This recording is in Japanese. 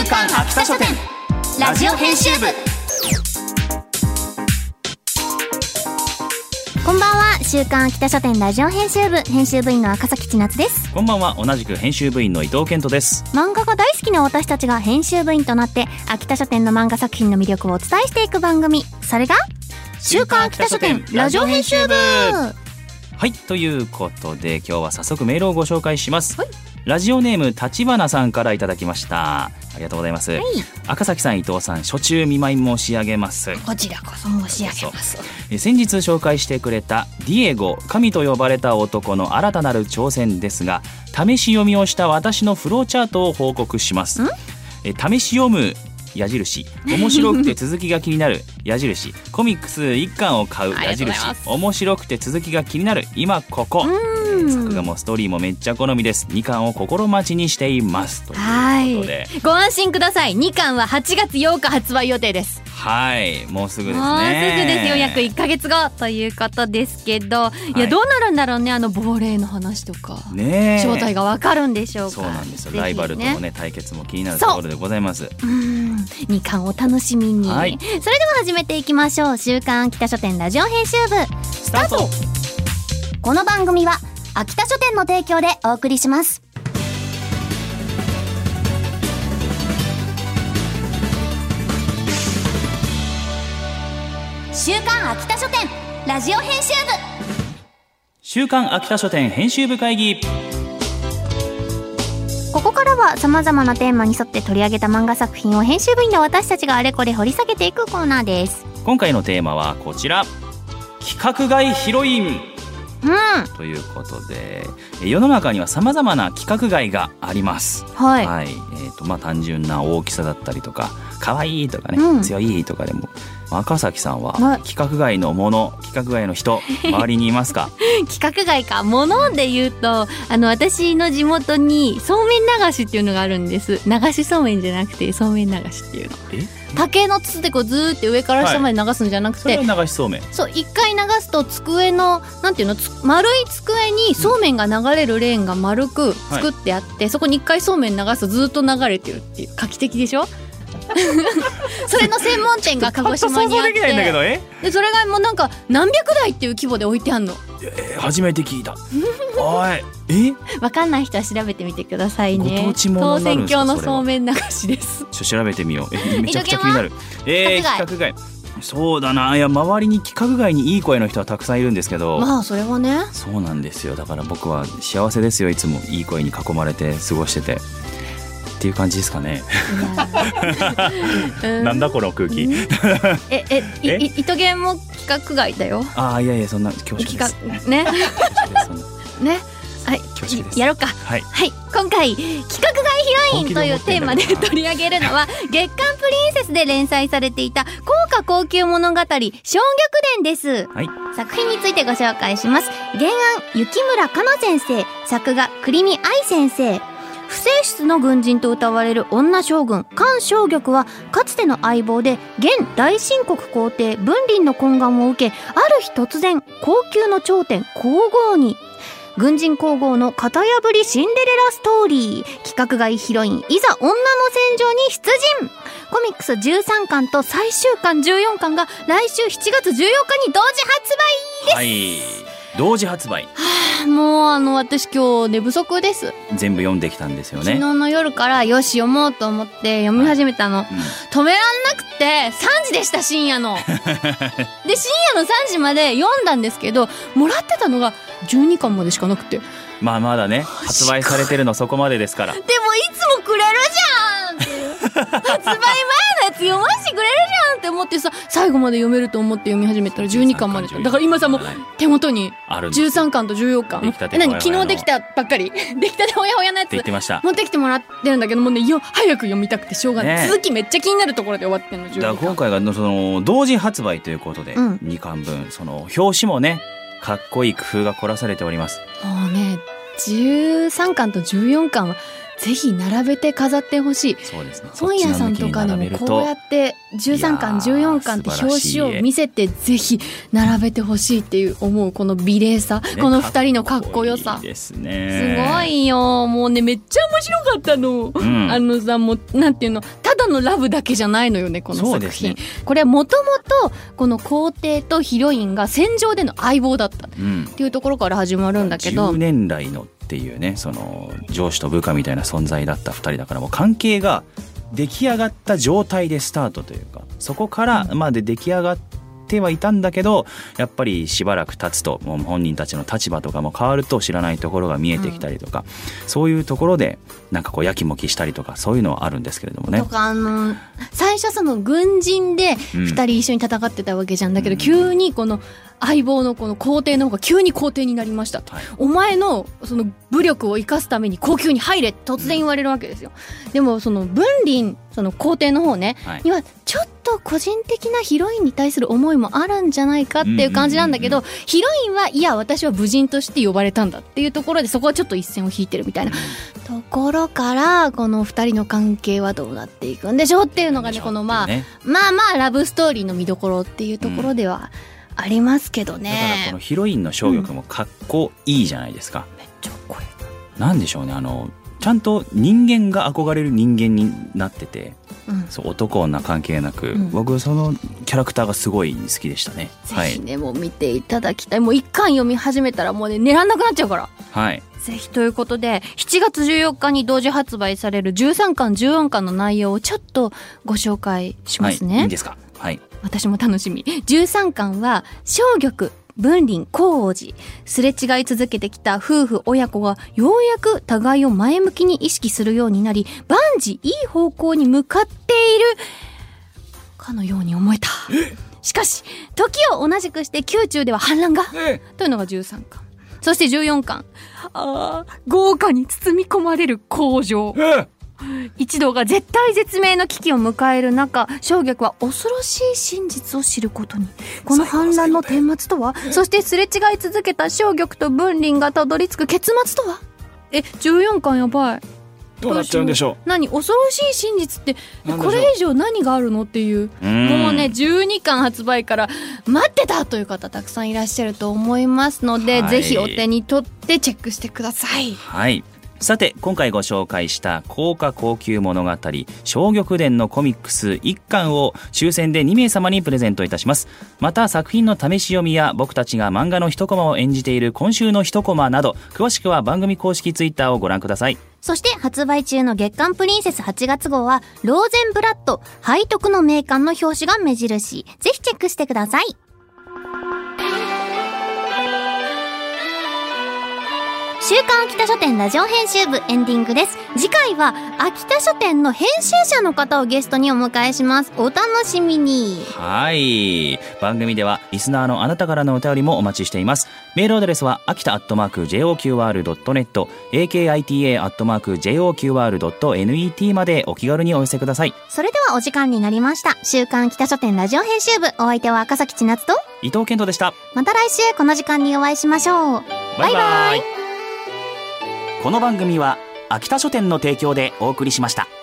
刊秋田書店ラジオ編集部。 こんばんは。週刊秋田書店ラジオ編集部編集部員の赤崎千夏です。 こんばんは。同じく編集部員の伊藤健人です。 漫画が大好きな私たちが編集部員となって秋田書店の漫画作品の魅力をお伝えしていく番組、それが週刊秋田書店ラジオ編集部。 はい、ということで今日は早速メールをご紹介します、 はい、 ラジオネーム立花さんからいただきました。ありがとうございます、赤崎さん、伊藤さん、初中見舞い申し上げます。 こちらこそ申し上げます。 先日紹介してくれたディエゴ、神と呼ばれた男の新たなる挑戦ですが、試し読みをした私のフローチャートを報告します。試し読む矢印、面白くて続きが気になる矢印、コミックス1巻を買う矢印、面白くて続きが気になる今ここ。作画もストーリーもめっちゃ好みです。2巻を心待ちにしていますということで、 ご安心ください。2巻は8月8日発売予定です。 はい、もうすぐですね。 もうすぐですよ。約1ヶ月後ということですけど、いやどうなるんだろうね。亡霊の話とか、ね、正体がわかるんでしょうか。 そうなんですよ、ライバルとの、ね、対決も気になるところでございます。 2巻を楽しみに、はい、それでは始めていきましょう。週刊秋田書店ラジオ編集部スタート。この番組は秋田書店の提供でお送りします。週刊秋田書店ラジオ編集部。 週刊秋田書店編集部会議。 ここからは様々なテーマに沿って取り上げた漫画作品を編集部員の私たちがあれこれ掘り下げていくコーナーです。 今回のテーマはこちら、規格外ヒロイン、ということで、世の中には様々な規格外があります。はい、はい。単純な大きさだったりとか、可愛いとかね、強いとかでも、赤崎さんは規格外のもの、規格外の人、周りにいますか？ 規格外か。もので言うと、私の地元にそうめん流しっていうのがあるんです。流しそうめんじゃなくてそうめん流しっていうの。竹の筒でこうずーって上から下まで流すんじゃなくて、 それは流しそうめん。 そう、一回流すと机のなんていうの、丸い机にそうめんが流れるレーンが丸く作ってあって、そこに一回そうめん流すとずーっと流れてるっていう、画期的でしょ？それの専門店が鹿児島にあって、でそれがもうなんか何百台っていう規模で置いてあんの。 初めて聞いた。おい、 わかんない人は調べてみてくださいね。 ご当地ものになるんですか？ 当選郷のそうめん流しです。 調べてみよう。めちゃくちゃ気になる。規格外。そうだな。いや、周りに規格外にいい声の人はたくさんいるんですけど、 まあそれはね。 そうなんですよ。だから僕は幸せですよ。いつもいい声に囲まれて過ごしててっていう感じですかね。なんだこの空気。 糸源も規格外だよ。 いやいや、そんな恐縮です。 ね。ね。はい、やろうか。 はい、 今回規格外ヒロインというテーマで取り上げるのは月刊プリンセスで連載されていた高価高級物語小玉伝です。作品についてご紹介します。原案雪村かな先生、作画栗見愛先生。不正室の軍人と謳われる女将軍菅正玉はかつての相棒で現大清国皇帝文林の懇願を受け、ある日突然高級の頂点皇后に。軍人皇后の型破りシンデレラストーリー。規格外ヒロインいざ女の戦場に出陣。コミックス13巻と最終巻14巻が来週7月14日に同時発売です。 同時発売。 もう私今日寝不足です。 全部読んできたんですよね。 昨日の夜からよし読もうと思って読み始めたの、止めらんなくて3時でした、深夜の。で深夜の3時まで読んだんですけど、もらってたのが12巻までしかなくて、 まだね、発売されてるのそこまでですから。 でもいつもくれるじゃんっていう発売前のやつ読ませてくれるじゃんって思ってさ、最後まで読めると思って読み始めたら12巻までだから今さ、もう手元に13巻と14巻。昨日できたばっかり出来たてほやほやのやつ持ってきてもらってるんだけどもね、早く読みたくてしょうがない、続きめっちゃ気になるところで終わってんの。 だから今回がその同時発売ということで、2巻分その表紙もね、かっこいい工夫が凝らされております。 もうね、13巻と14巻はぜひ並べて飾ってほしい。 そうですね、 本屋さんとかでもこうやって13巻14巻って表紙を見せてぜひ並べてほしいっていう思うこの美麗さ、この2人のかっこよさ、 いいですね、 すごいよ。もうねめっちゃ面白かったの、さもうなんていうの、ただのラブだけじゃないのよねこの作品、ね、これはもともとこの皇帝とヒロインが戦場での相棒だったっていうところから始まるんだけど、 10年来のっていうね、その上司と部下みたいな存在だった2人だから、もう関係が出来上がった状態でスタートというか、そこからまで出来上がってはいたんだけど、やっぱりしばらく経つともう本人たちの立場とかも変わると知らないところが見えてきたりとか、そういうところでなんかこうやきもきしたりとか、そういうのはあるんですけれどもね。とか最初その軍人で2人一緒に戦ってたわけじゃん、だけど急にこの相棒のこの皇帝の方が急に皇帝になりましたと、お前のその武力を生かすために皇宮に入れって突然言われるわけですよ、でもその文林、その皇帝の方ね、にはちょっと個人的なヒロインに対する思いもあるんじゃないかっていう感じなんだけど、ヒロインはいや私は武人として呼ばれたんだっていうところで、そこはちょっと一線を引いてるみたいなところから、この2人の関係はどうなっていくんでしょうっていうのがね、このまあラブストーリーの見どころっていうところではありますけどね。 だからこのヒロインの小玉もかっこいいじゃないですか、 めっちゃかっこいい。 なんでしょうね、ちゃんと人間が憧れる人間になってて、そう男女関係なく、僕そのキャラクターがすごい好きでしたね。 ぜひね、もう見ていただきたい。もう一巻読み始めたらもうね寝らんなくなっちゃうから、ぜひということで、7月14日に同時発売される13巻14巻の内容をちょっとご紹介しますね。 いいんですか。 私も楽しみ。13巻は小玉、文林、光王子、すれ違い続けてきた夫婦親子がようやく互いを前向きに意識するようになり、万事いい方向に向かっているかのように思えた。しかし時を同じくして宮中では反乱が、というのが13巻。そして14巻、豪華に包み込まれる工場、一同が絶対絶命の危機を迎える中、小玉は恐ろしい真実を知ることに。この反乱の顛末とは、そしてすれ違い続けた小玉と文林がたどり着く結末とは。14巻やばい。 どうなっちゃうんでしょう。 何、恐ろしい真実ってこれ以上何があるのっていう。もうね12巻発売から待ってたという方たくさんいらっしゃると思いますので、ぜひお手に取ってチェックしてください。 さて今回ご紹介した高価高級物語小玉伝のコミックス1巻を抽選で2名様にプレゼントいたします。また作品の試し読みや僕たちが漫画の一コマを演じている今週の一コマなど、詳しくは番組公式ツイッターをご覧ください。 そして発売中の月刊プリンセス8月号はローゼンブラッド背徳の名鑑の表紙が目印。ぜひチェックしてください。週刊秋田書店ラジオ編集部エンディングです。次回は秋田書店の編集者の方をゲストにお迎えします。お楽しみに。 番組ではリスナーのあなたからのお便りもお待ちしています。メールアドレスは秋田@joqr.net akita@joqr.net までお気軽にお寄せください。 それではお時間になりました。週刊秋田書店ラジオ編集部、お相手は赤崎千夏と伊藤健人でした。 また来週この時間にお会いしましょう。バイバイ。 この番組は秋田書店の提供でお送りしました。